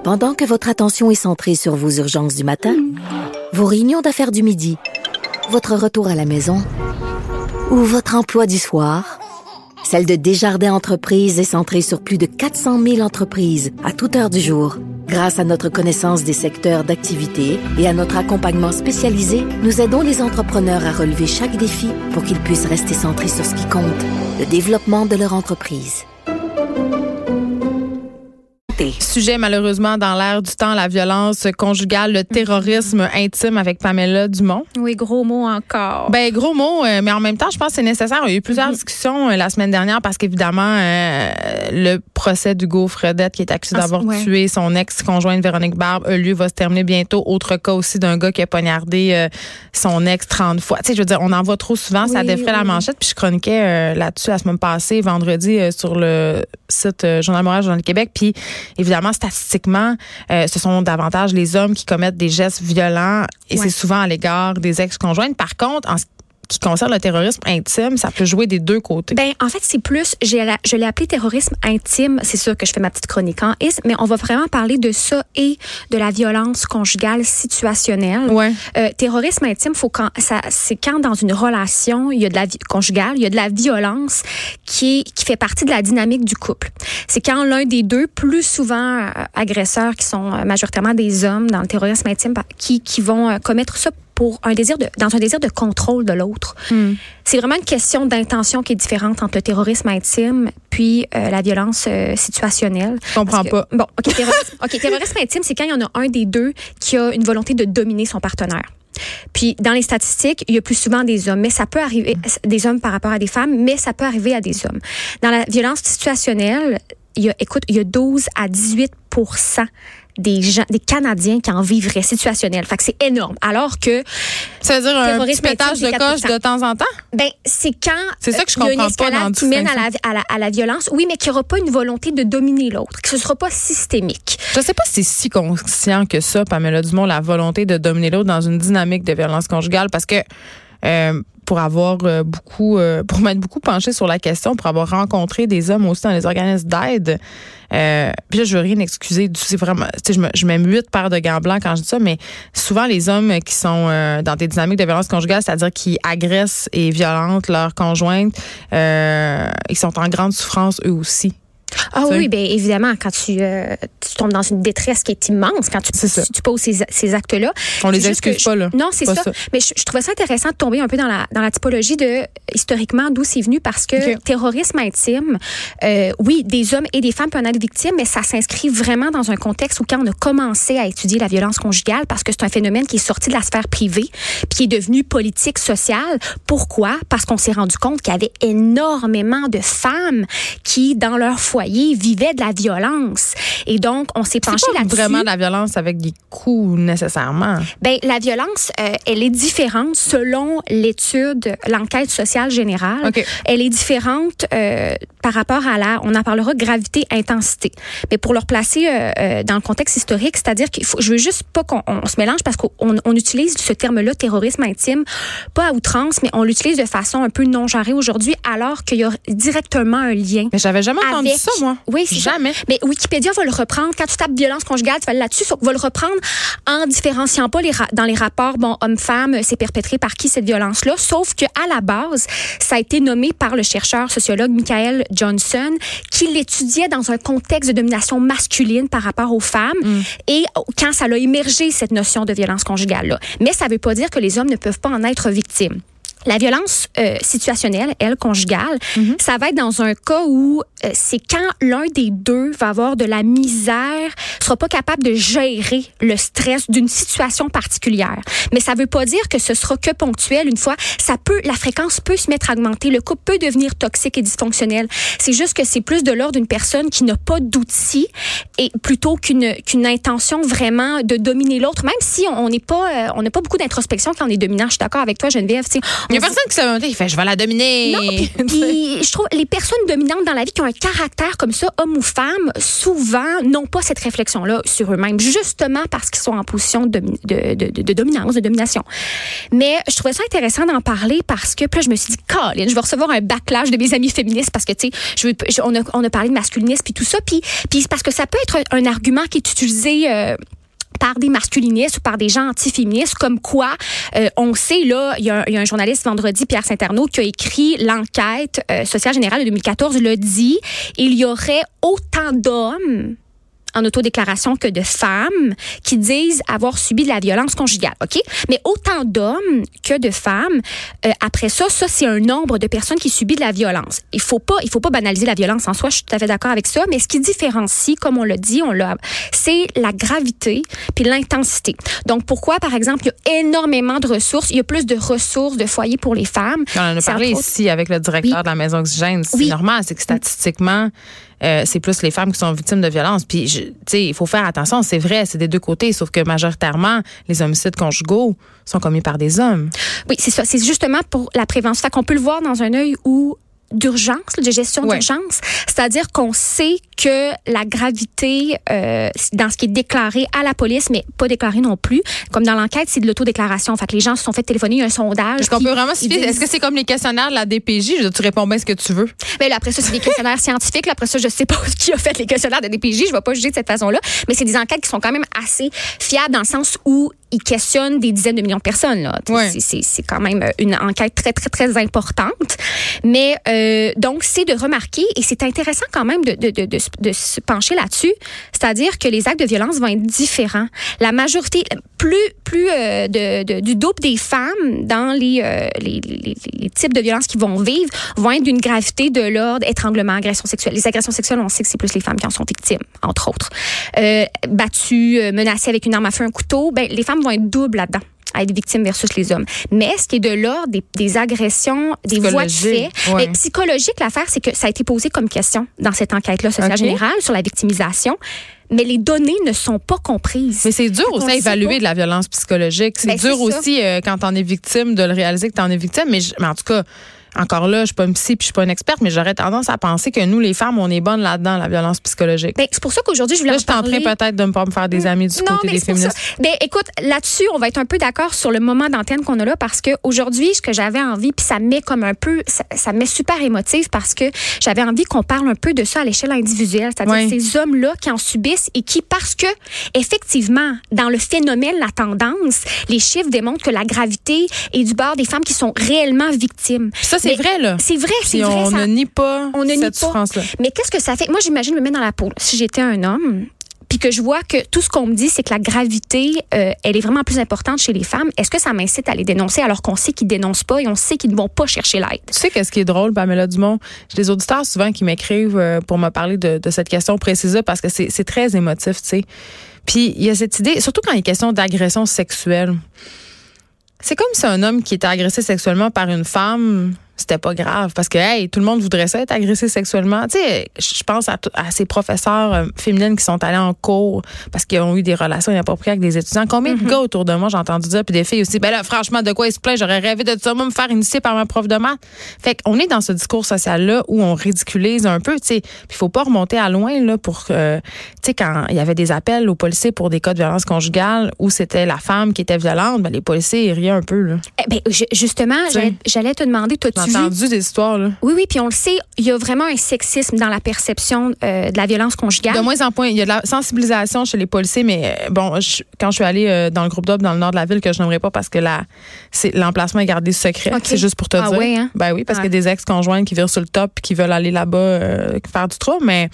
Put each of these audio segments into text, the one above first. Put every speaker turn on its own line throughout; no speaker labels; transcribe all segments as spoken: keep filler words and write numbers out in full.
Pendant que votre attention est centrée sur vos urgences du matin, vos réunions d'affaires du midi, votre retour à la maison ou votre emploi du soir, celle de Desjardins Entreprises est centrée sur plus de quatre cent mille entreprises à toute heure du jour. Grâce à notre connaissance des secteurs d'activité et à notre accompagnement spécialisé, nous aidons les entrepreneurs à relever chaque défi pour qu'ils puissent rester centrés sur ce qui compte, le développement de leur entreprise.
Sujet malheureusement dans l'air du temps, la violence conjugale, le terrorisme intime avec Pamela Dumont.
Oui, gros mot encore.
Ben gros mot, euh, mais en même temps, je pense que c'est nécessaire. Il y a eu plusieurs mm-hmm. discussions euh, la semaine dernière parce qu'évidemment, euh, le procès d'Hugo Fredette qui est accusé ah, d'avoir ouais. tué son ex-conjointe Véronique Barbe a lieu, va se terminer bientôt. Autre cas aussi d'un gars qui a poignardé euh, son ex trente fois. Tu sais, je veux dire, on en voit trop souvent, oui, ça défrait oui. la manchette. Puis je chroniquais euh, là-dessus la semaine passée, vendredi, euh, sur le site euh, Journal Montréal, Journal du Québec. Puis évidemment, statistiquement, euh, ce sont davantage les hommes qui commettent des gestes violents et ouais. c'est souvent à l'égard des ex-conjointes. Par contre, en ce qui concerne le terrorisme intime, ça peut jouer des deux côtés.
Ben en fait, c'est plus, j'ai, je l'ai appelé terrorisme intime. C'est sûr que je fais ma petite chronique en is, mais on va vraiment parler de ça et de la violence conjugale situationnelle.
Ouais.
Euh, terrorisme intime, faut quand ça, c'est quand dans une relation, il y a de la vie conjugale, il y a de la violence qui est, qui fait partie de la dynamique du couple. C'est quand l'un des deux, plus souvent euh, agresseurs, qui sont euh, majoritairement des hommes dans le terrorisme intime, qui qui vont euh, commettre ça pour un désir de, dans un désir de contrôle de l'autre. Mm. C'est vraiment une question d'intention qui est différente entre le terrorisme intime puis euh, la violence euh, situationnelle.
Je comprends que, pas.
Bon, OK, terrorisme, OK, terrorisme intime, c'est quand il y en a un des deux qui a une volonté de dominer son partenaire. Puis, dans les statistiques, il y a plus souvent des hommes, mais ça peut arriver, des hommes par rapport à des femmes, mais ça peut arriver à des hommes. Dans la violence situationnelle, il y a, écoute, il y a douze à dix-huit pour cent des gens, des Canadiens qui en vivraient situationnel. Fait que c'est énorme. Alors que
ça veut dire un petit pétage de coche de temps en temps?
Ben, c'est quand
c'est ça que je comprends
il y a une escalade
pas dans
qui mène à la, à, la, à la violence. Oui, mais qu'il n'y aura pas une volonté de dominer l'autre, que ce ne sera pas systémique.
Je sais pas si c'est si conscient que ça, Pamela Dumont, la volonté de dominer l'autre dans une dynamique de violence conjugale, parce que euh, pour avoir euh, beaucoup, euh, pour m'être beaucoup penchée sur la question, pour avoir rencontré des hommes aussi dans les organismes d'aide. Euh, puis là, je veux rien excuser. C'est vraiment, tu sais, je, me, je mets huit paires de gants blancs quand je dis ça, mais souvent les hommes qui sont euh, dans des dynamiques de violence conjugale, c'est-à-dire qui agressent et violentent leur conjointe, euh, ils sont en grande souffrance eux aussi.
Ah oui, bien évidemment, quand tu, euh, tu tombes dans une détresse qui est immense, quand tu, tu, tu poses ces, ces actes-là.
On les excuse pas, là.
Non, c'est ça. ça. Mais je, je trouvais ça intéressant de tomber un peu dans la, dans la typologie de, historiquement, d'où c'est venu, parce que okay. terrorisme intime, euh, oui, des hommes et des femmes peuvent en être victimes, mais ça s'inscrit vraiment dans un contexte où quand on a commencé à étudier la violence conjugale, parce que c'est un phénomène qui est sorti de la sphère privée, puis qui est devenu politique, sociale. Pourquoi? Parce qu'on s'est rendu compte qu'il y avait énormément de femmes qui, dans leur foyer, vivaient de la violence. Et donc, on s'est penché là-dessus.
C'est pas vraiment de la violence avec des coups, nécessairement.
Ben, la violence, euh, elle est différente selon l'étude, l'enquête sociale générale.
Okay.
Elle est différente euh, par rapport à la, on en parlera, gravité, intensité. Mais pour le replacer euh, euh, dans le contexte historique, c'est-à-dire qu'il faut, je veux juste pas qu'on on se mélange parce qu'on on utilise ce terme-là, terrorisme intime, pas à outrance, mais on l'utilise de façon un peu non-genrée aujourd'hui, alors qu'il y a directement un lien.
Mais j'avais jamais entendu ça, moi.
Oui, c'est
jamais.
Ça. Mais Wikipédia va le reprendre. Quand tu tapes violence conjugale, tu vas aller là-dessus, va le reprendre en différenciant pas les ra- dans les rapports, bon, homme-femme, c'est perpétré par qui cette violence-là, sauf que à la base, ça a été nommé par le chercheur sociologue Michael Johnson, qui l'étudiait dans un contexte de domination masculine par rapport aux femmes, mm. et quand ça a émergé, cette notion de violence conjugale-là. Mais ça veut pas dire que les hommes ne peuvent pas en être victimes. La violence euh, situationnelle, elle, conjugale, mm-hmm. ça va être dans un cas où euh, c'est quand l'un des deux va avoir de la misère, sera pas capable de gérer le stress d'une situation particulière. Mais ça veut pas dire que ce sera que ponctuel. Une fois, ça peut, la fréquence peut se mettre à augmenter. Le couple peut devenir toxique et dysfonctionnel. C'est juste que c'est plus de l'ordre d'une personne qui n'a pas d'outils et plutôt qu'une qu'une intention vraiment de dominer l'autre. Même si on n'est pas, euh, on n'a pas beaucoup d'introspection quand on est dominant. Je suis d'accord avec toi, Geneviève. Tu sais,
Il y a personne qui se lève un matin, il fait « je vais la dominer ».
Non, puis, puis je trouve les personnes dominantes dans la vie qui ont un caractère comme ça, homme ou femme, souvent n'ont pas cette réflexion-là sur eux-mêmes, justement parce qu'ils sont en position de, de, de, de, de dominance, de domination. Mais je trouvais ça intéressant d'en parler parce que, puis là, je me suis dit, Colin, je vais recevoir un backlash de mes amis féministes parce que, tu sais, je, je, on, a, on a parlé de masculinisme puis tout ça, puis, puis c'est parce que ça peut être un, un argument qui est utilisé euh, par des masculinistes ou par des gens anti-féministes, comme quoi, euh, on sait, là, il y, y a un journaliste vendredi, Pierre Saint-Arnaud, qui a écrit l'enquête euh, sociale générale de deux mille quatorze, le dit, il y aurait autant d'hommes en autodéclaration que de femmes qui disent avoir subi de la violence conjugale, OK? Mais autant d'hommes que de femmes. Euh, après ça, ça, c'est un nombre de personnes qui subissent de la violence. Il faut pas, il faut pas banaliser la violence en soi, je suis tout à fait d'accord avec ça, mais ce qui différencie, comme on l'a dit, on l'a, c'est la gravité puis l'intensité. Donc, pourquoi, par exemple, il y a énormément de ressources, il y a plus de ressources de foyers pour les femmes.
On en a parlé ici avec le directeur oui. de la Maison Oxygène. C'est oui. normal, c'est que statistiquement, Euh, c'est plus les femmes qui sont victimes de violences. Puis, tu sais, il faut faire attention. C'est vrai, c'est des deux côtés. Sauf que majoritairement, les homicides conjugaux sont commis par des hommes.
Oui, c'est ça. C'est justement pour la prévention. Fait qu'on peut le voir dans un œil où d'urgence, de gestion ouais. d'urgence. C'est-à-dire qu'on sait que la gravité euh, dans ce qui est déclaré à la police, mais pas déclaré non plus, comme dans l'enquête, c'est de l'autodéclaration. Fait que les gens se sont fait téléphoner, il y a un sondage.
Est-ce qu'on peut vraiment se fier? Est-ce que c'est comme les questionnaires de la D P J? Tu réponds bien ce que tu veux.
Mais là, après ça, c'est des questionnaires scientifiques. Là, après ça, je sais pas qui a fait les questionnaires de la D P J. Je vais pas juger de cette façon-là. Mais c'est des enquêtes qui sont quand même assez fiables dans le sens où ils questionnent des dizaines de millions de personnes. Là. Ouais. C'est, c'est, c'est quand même une enquête très, très, très importante. Mais euh, donc, c'est de remarquer, et c'est intéressant quand même de, de, de, de, de se pencher là-dessus, c'est-à-dire que les actes de violence vont être différents. La majorité, plus, plus euh, de, de, du double des femmes dans les, euh, les, les, les types de violences qu'ils vont vivre vont être d'une gravité de l'ordre étranglement, agression sexuelle. Les agressions sexuelles, on sait que c'est plus les femmes qui en sont victimes, entre autres. Euh, battues, euh, menacées avec une arme à feu, un couteau, ben, les femmes vont être doubles là-dedans, à être victimes versus les hommes. Mais ce qui est de l'ordre des, des agressions, des voies de fait, ouais. mais psychologique, l'affaire, c'est que ça a été posé comme question dans cette enquête-là sociale okay. générale sur la victimisation. Mais les données ne sont pas comprises.
Mais c'est dur aussi à évaluer de la violence psychologique. C'est ben, dur c'est aussi euh, quand t'en es victime de le réaliser que t'en es victime. Mais, mais en tout cas, encore là, je suis pas une psy puis je suis pas une experte, mais j'aurais tendance à penser que nous, les femmes, on est bonnes là-dedans, la violence psychologique.
Ben, c'est pour ça qu'aujourd'hui, je voulais
là,
en parler.
Je suis en train peut-être de ne pas me faire des amis du
non,
côté
mais
des féministes.
Ben, écoute, là-dessus, on va être un peu d'accord sur le moment d'antenne qu'on a là parce qu'aujourd'hui, ce que j'avais envie, puis ça me met comme un peu, ça, ça me met super émotive parce que j'avais envie qu'on parle un peu de ça à l'échelle individuelle, c'est-à-dire oui. ces hommes-là qui en subissent et qui, parce que, effectivement, dans le phénomène, la tendance, les chiffres démontrent que la gravité est du bord des femmes qui sont réellement victimes.
Puis ça, c'est mais vrai, là.
C'est vrai, c'est
Puis
vrai.
On
ça,
ne nie pas
on ne
cette
nie pas.
souffrance-là.
Mais qu'est-ce que ça fait? Moi, j'imagine, je me mets dans la peau. Là. Si j'étais un homme, puis que je vois que tout ce qu'on me dit, c'est que la gravité, euh, elle est vraiment plus importante chez les femmes, est-ce que ça m'incite à les dénoncer alors qu'on sait qu'ils dénoncent pas et on sait qu'ils ne vont pas chercher l'aide?
Tu sais qu'est-ce qui est drôle, Pamela Dumont? J'ai des auditeurs souvent qui m'écrivent euh, pour me parler de, de cette question précise parce que c'est, c'est très émotif, tu sais. Puis il y a cette idée, surtout quand il est question d'agression sexuelle. C'est comme si un homme qui était agressé sexuellement par une femme, c'était pas grave parce que hey, tout le monde voudrait ça être agressé sexuellement. Tu sais, je pense à, à ces professeurs euh, féminines qui sont allées en cours parce qu'ils ont eu des relations inappropriées avec des étudiants. Combien mm-hmm. de gars autour de moi j'ai entendu dire, puis des filles aussi. Ben là, franchement, de quoi ils se plaignent? J'aurais rêvé de ça, moi, me faire initier par ma prof de maths. Fait qu'on est dans ce discours social là où on ridiculise un peu. Tu sais, puis il faut pas remonter à loin là pour, euh, tu sais, quand il y avait des appels aux policiers pour des cas de violence conjugale où c'était la femme qui était violente, ben les policiers riaient un peu là.
Eh ben justement, j'allais, j'allais te demander, toi,
J'ai entendu des histoires, là.
Oui, oui, puis on le sait, il y a vraiment un sexisme dans la perception euh, de la violence conjugale.
De moins en moins, il y a de la sensibilisation chez les policiers, mais euh, bon, je, quand je suis allée euh, dans le groupe d'hommes dans le nord de la ville, que je n'aimerais pas parce que la, c'est, l'emplacement est gardé secret, okay. C'est juste pour te
ah,
dire.
Oui, hein?
Ben oui, parce
ouais.
qu'il y a des ex-conjointes qui virent sur le top et qui veulent aller là-bas euh, faire du trouble, mais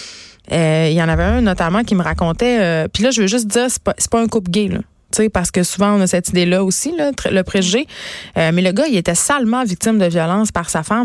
euh, il y en avait un notamment qui me racontait, euh, puis là, je veux juste dire, c'est pas, c'est pas un couple gay, là. Tu sais, parce que souvent, on a cette idée-là aussi, là, le préjugé. Euh, mais le gars, il était salement victime de violence par sa femme, là.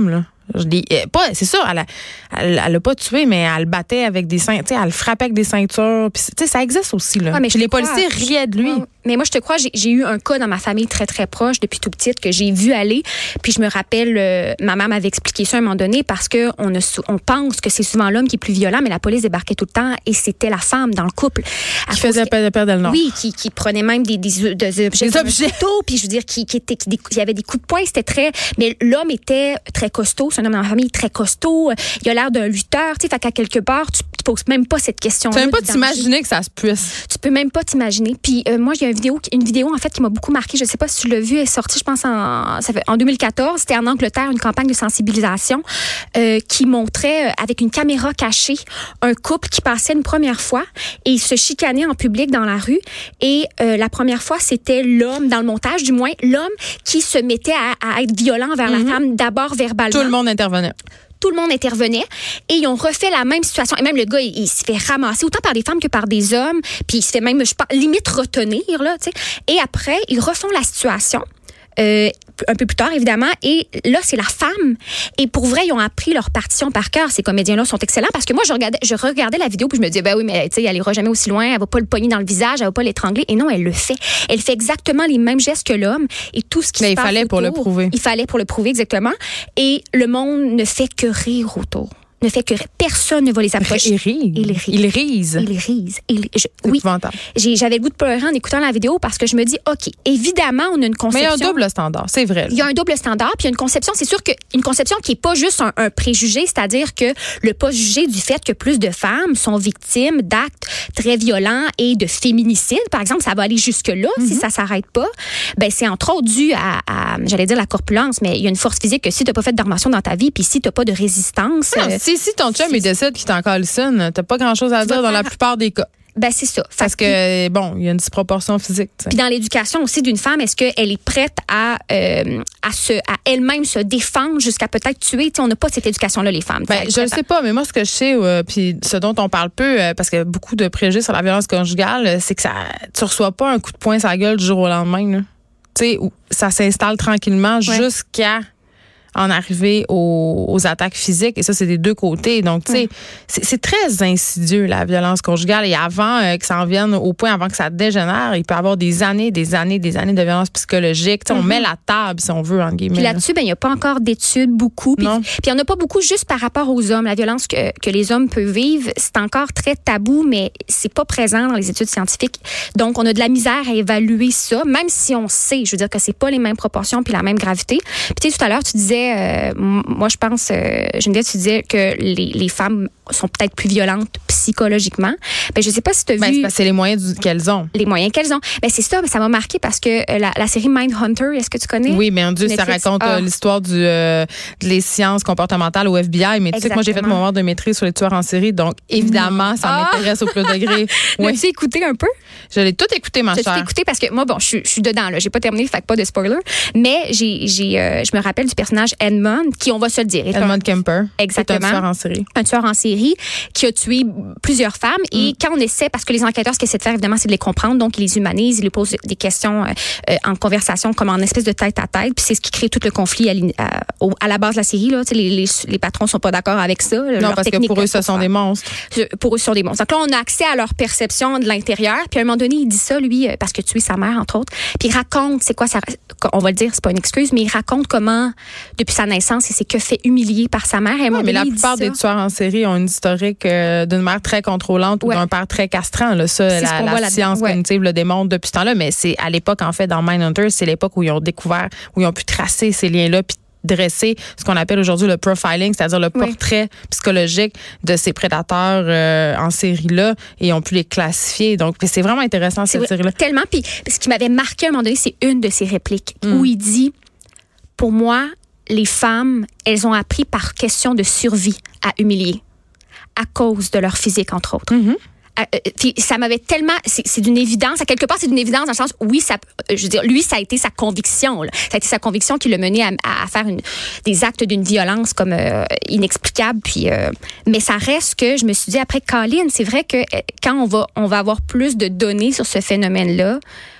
Je dis, pas, c'est sûr, elle a, elle, elle a pas tué, mais elle le battait avec des ceintures, tu sais, elle le frappait avec des ceintures. Puis, tu sais, ça existe aussi, là.
Ouais, mais
puis les policiers riaient de lui.
Ouais. Mais moi, je te crois, j'ai, j'ai eu un cas dans ma famille très, très proche depuis tout petite que j'ai vu aller. Puis je me rappelle, euh, ma mère m'avait expliqué ça à un moment donné parce que on, a, on pense que c'est souvent l'homme qui est plus violent, mais la police débarquait tout le temps et c'était la femme dans le couple.
Qui faisait perdre perdre le nord.
Oui, qui, qui prenait même des, des, des, des objets.
Des objets.
Couteau, puis je veux dire, qui, qui était, qui, il y avait des coups de poing, c'était très. Mais l'homme était très costaud, c'est un homme dans la famille très costaud. Il a l'air d'un lutteur, tu sais, fait qu'à quelque part, tu, tu poses même pas cette question.
Tu peux même pas t'imaginer que ça se puisse.
Tu peux même pas t'imaginer. Puis euh, moi, il y a une vidéo, une vidéo en fait qui m'a beaucoup marquée. Je sais pas si tu l'as vue, elle est sortie, je pense en, ça fait, en deux mille quatorze. C'était en Angleterre, une campagne de sensibilisation euh, qui montrait euh, avec une caméra cachée un couple qui passait une première fois et ils se chicanaient en public dans la rue. Et euh, la première fois, c'était l'homme dans le montage, du moins l'homme qui se mettait à, à être violent vers mm-hmm. la femme, d'abord verbalement.
Tout le monde intervenait.
Tout le monde intervenait et ils ont refait la même situation. Et même le gars, il, il se fait ramasser autant par des femmes que par des hommes. Puis il se fait même, je pense, limite retenir, là, tu sais. Et après, ils refont la situation. Euh, un peu plus tard, évidemment. Et là, c'est la femme. Et pour vrai, ils ont appris leur partition par cœur. Ces comédiens-là sont excellents parce que moi, je regardais, je regardais la vidéo puis je me disais, ben oui, mais tu sais, elle ira jamais aussi loin. Elle va pas le pogner dans le visage. Elle va pas l'étrangler. Et non, elle le fait. Elle fait exactement les mêmes gestes que l'homme et tout ce qui
mais
se
il
passe
fallait
autour,
pour le prouver.
Il fallait pour le prouver, exactement. Et le monde ne fait que rire autour. Ne fait que personne ne va les approcher.
Il rit.
Il rit.
Il rise.
Il rise. Il, je, oui. J'ai, j'avais le goût de pleurer en écoutant la vidéo parce que je me dis, OK, évidemment, on a une conception.
Mais il y a un double standard, c'est vrai. Là.
Il y a un double standard, puis il y a une conception, c'est sûr qu'une conception qui n'est pas juste un, un préjugé, c'est-à-dire que le pas jugé du fait que plus de femmes sont victimes d'actes très violents et de féminicide, par exemple, ça va aller jusque-là mm-hmm. si ça s'arrête pas. Ben c'est entre autres dû à, à, j'allais dire la corpulence, mais il y a une force physique que si tu n'as pas fait d'armation dans ta vie, puis si tu n'as pas de résistance.
Non, euh, si, si ton chum il décide qu'il t'en calissonne, t'as pas grand-chose à dire dans la plupart des cas.
Ben c'est ça.
Parce que, bon, il y a une disproportion physique. T'sais.
Puis dans l'éducation aussi d'une femme, est-ce qu'elle est prête à, euh, à, se, à elle-même se défendre jusqu'à peut-être tuer? T'sais, on n'a pas cette éducation-là, les femmes.
Ben, je ne sais pas, mais moi, ce que je sais, euh, puis ce dont on parle peu, euh, parce qu'il y a beaucoup de préjugés sur la violence conjugale, euh, c'est que ça, tu reçois pas un coup de poing sur la gueule du jour au lendemain. Tu sais, ça s'installe tranquillement ouais. jusqu'à en arriver aux, aux attaques physiques. Et ça, c'est des deux côtés. Donc, tu sais, ouais. c'est, c'est très insidieux, la violence conjugale. Et avant euh, que ça en vienne au point, avant que ça dégénère, il peut y avoir des années, des années, des années de violence psychologique. Tu sais, mm-hmm. on met la table, si on veut, entre guillemets.
Puis là-dessus, ben il n'y a pas encore d'études, beaucoup. Puis il n'y en a pas beaucoup juste par rapport aux hommes. La violence que, que les hommes peuvent vivre, c'est encore très tabou, mais c'est pas présent dans les études scientifiques. Donc, on a de la misère à évaluer ça, même si on sait, je veux dire que c'est pas les mêmes proportions puis la même gravité. Puis tu sais, tout à l'heure, tu disais Euh, moi, je pense, euh, Geneviève, tu disais que les, les femmes sont peut-être plus violentes psychologiquement. Ben, je sais pas si tu as
ben,
vu...
C'est parce que c'est les moyens du, qu'elles ont.
Les moyens qu'elles ont. Ben, c'est ça, ça m'a marqué parce que euh, la, la série Mindhunter, est-ce que tu connais?
Oui, mais en Dieu, ça raconte ah. euh, l'histoire du, euh, des sciences comportementales au F B I. Mais tu sais que moi, j'ai fait mon mémoire de maîtrise sur les tueurs en série. Donc, évidemment, ça ah. m'intéresse au plus degré.
Oui. L'as-tu écouté un peu?
Je l'ai tout écouté, ma chère.
Je l'ai écouté parce que moi, bon, je, je suis dedans, là. J'ai pas terminé, fait que pas de spoiler. Mais j'ai, j'ai, euh, je me rappelle du personnage Edmund, qui, on va se le dire.
Edmund Kemper.
Exactement.
C'est un tueur en série.
Un tueur en série qui a tué plusieurs femmes. Mm. Et quand on essaie, parce que les enquêteurs, ce qu'ils essaient de faire, évidemment, c'est de les comprendre. Donc, ils les humanisent, ils lui posent des questions euh, en conversation, comme en espèce de tête à tête. Puis c'est ce qui crée tout le conflit à, à, à la base de la série, là. Tu sais, les, les, les patrons sont pas d'accord avec ça.
Non, parce que pour eux, ce sont des monstres.
Pour eux, ce sont des monstres. Donc là, on a accès à leur perception de l'intérieur. Puis à un moment donné, il dit ça, lui, parce que tuer sa mère, entre autres. Puis il raconte, c'est quoi ça, on va le dire, c'est pas une excuse, mais il raconte comment, depuis sa naissance, il s'est que fait humilier par sa mère. Et
ouais, mais la plupart des tueurs en série ont une historique euh, d'une mère très contrôlante ouais. ou d'un père très castrant. Là. Ça, c'est la, la science ouais. cognitive le démontre depuis ce temps-là. Mais c'est à l'époque, en fait, dans Mindhunter, c'est l'époque où ils ont découvert, où ils ont pu tracer ces liens-là, puis dresser ce qu'on appelle aujourd'hui le profiling, c'est-à-dire le portrait oui. psychologique de ces prédateurs euh, en série-là, et ont pu les classifier. Donc, c'est vraiment intéressant, cette
c'est
série-là.
Tellement. Puis, ce qui m'avait marqué à un moment donné, c'est une de ses répliques mm. où il dit, pour moi, les femmes, elles ont appris par question de survie à humilier à cause de leur physique, entre autres.
Mm-hmm.
Puis ça m'avait tellement, c'est, c'est d'une évidence, à quelque part c'est d'une évidence dans le sens, oui, ça, je veux dire, lui ça a été sa conviction, là. Ça a été sa conviction qui l'a mené à, à faire une, des actes d'une violence comme euh, inexplicable. Puis, euh, mais ça reste que je me suis dit après, Colin, c'est vrai que quand on va, on va avoir plus de données sur ce phénomène-là,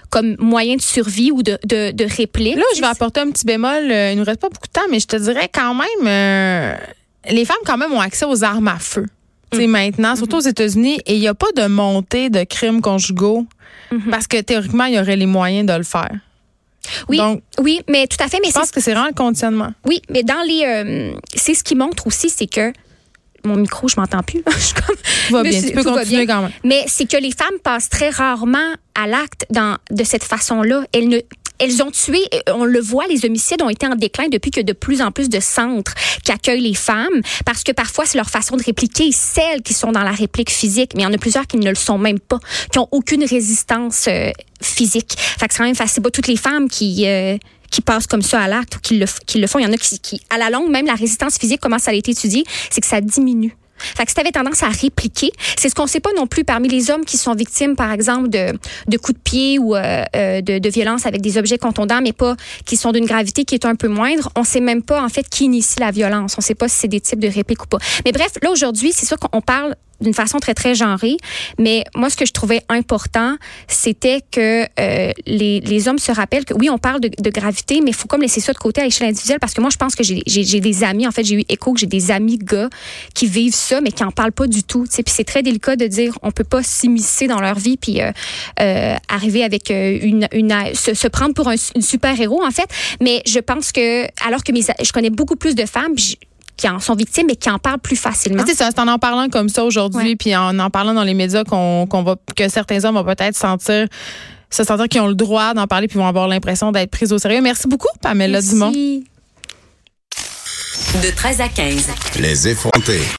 comme moyen de survie ou de, de, de réplique.
Là, je vais apporter un petit bémol. Euh, il nous reste pas beaucoup de temps, mais je te dirais quand même, euh, les femmes quand même ont accès aux armes à feu. Tu sais, mmh. maintenant, surtout mmh. aux États-Unis, et il n'y a pas de montée de crimes conjugaux mmh. parce que théoriquement, il y aurait les moyens de le faire.
Oui,
Donc,
oui, mais tout à fait. Mais
je pense que c'est vraiment le conditionnement.
Oui, mais dans les, euh, c'est ce qui montre aussi, c'est que mon micro, je m'entends plus. je suis comme,
tout va bien, tu peux continuer quand même.
Mais c'est que les femmes passent très rarement à l'acte dans de cette façon-là. Elles ne Elles ont tué, on le voit, les homicides ont été en déclin depuis qu'il y a de plus en plus de centres qui accueillent les femmes, parce que parfois, c'est leur façon de répliquer celles qui sont dans la réplique physique, mais il y en a plusieurs qui ne le sont même pas, qui n'ont aucune résistance euh, physique. Fait que c'est quand même facile. C'est pas toutes les femmes qui... Euh, qui passent comme ça à l'acte ou qui le, qui le font. Il y en a qui, qui, à la longue, même la résistance physique, comment ça a été étudié, c'est que ça diminue. Fait que si tu avais tendance à répliquer, c'est ce qu'on ne sait pas non plus parmi les hommes qui sont victimes, par exemple, de, de coups de pied ou euh, de, de violence avec des objets contondants, mais pas qui sont d'une gravité qui est un peu moindre. On ne sait même pas, en fait, qui initie la violence. On ne sait pas si c'est des types de répliques ou pas. Mais bref, là, aujourd'hui, c'est sûr qu'on parle d'une façon très, très genrée. Mais moi, ce que je trouvais important, c'était que euh, les, les hommes se rappellent que, oui, on parle de, de gravité, mais il faut comme laisser ça de côté à l'échelle individuelle, parce que moi, je pense que j'ai, j'ai, j'ai des amis, en fait, j'ai eu écho que j'ai des amis gars qui vivent ça, mais qui en parlent pas du tout. Puis c'est très délicat de dire, on peut pas s'immiscer dans leur vie, puis euh, euh, arriver avec une... une se, se prendre pour un une super-héros, en fait. Mais je pense que, alors que mes, je connais beaucoup plus de femmes, puis qui en sont victimes et qui en parlent plus facilement.
C'est ça, c'est en en parlant comme ça aujourd'hui, ouais. puis en en parlant dans les médias qu'on, qu'on va, que certains hommes vont peut-être sentir, se sentir qu'ils ont le droit d'en parler puis vont avoir l'impression d'être pris au sérieux. Merci beaucoup, Pamela
Merci.
Dumont.
De treize à quinze.
Les effrontés.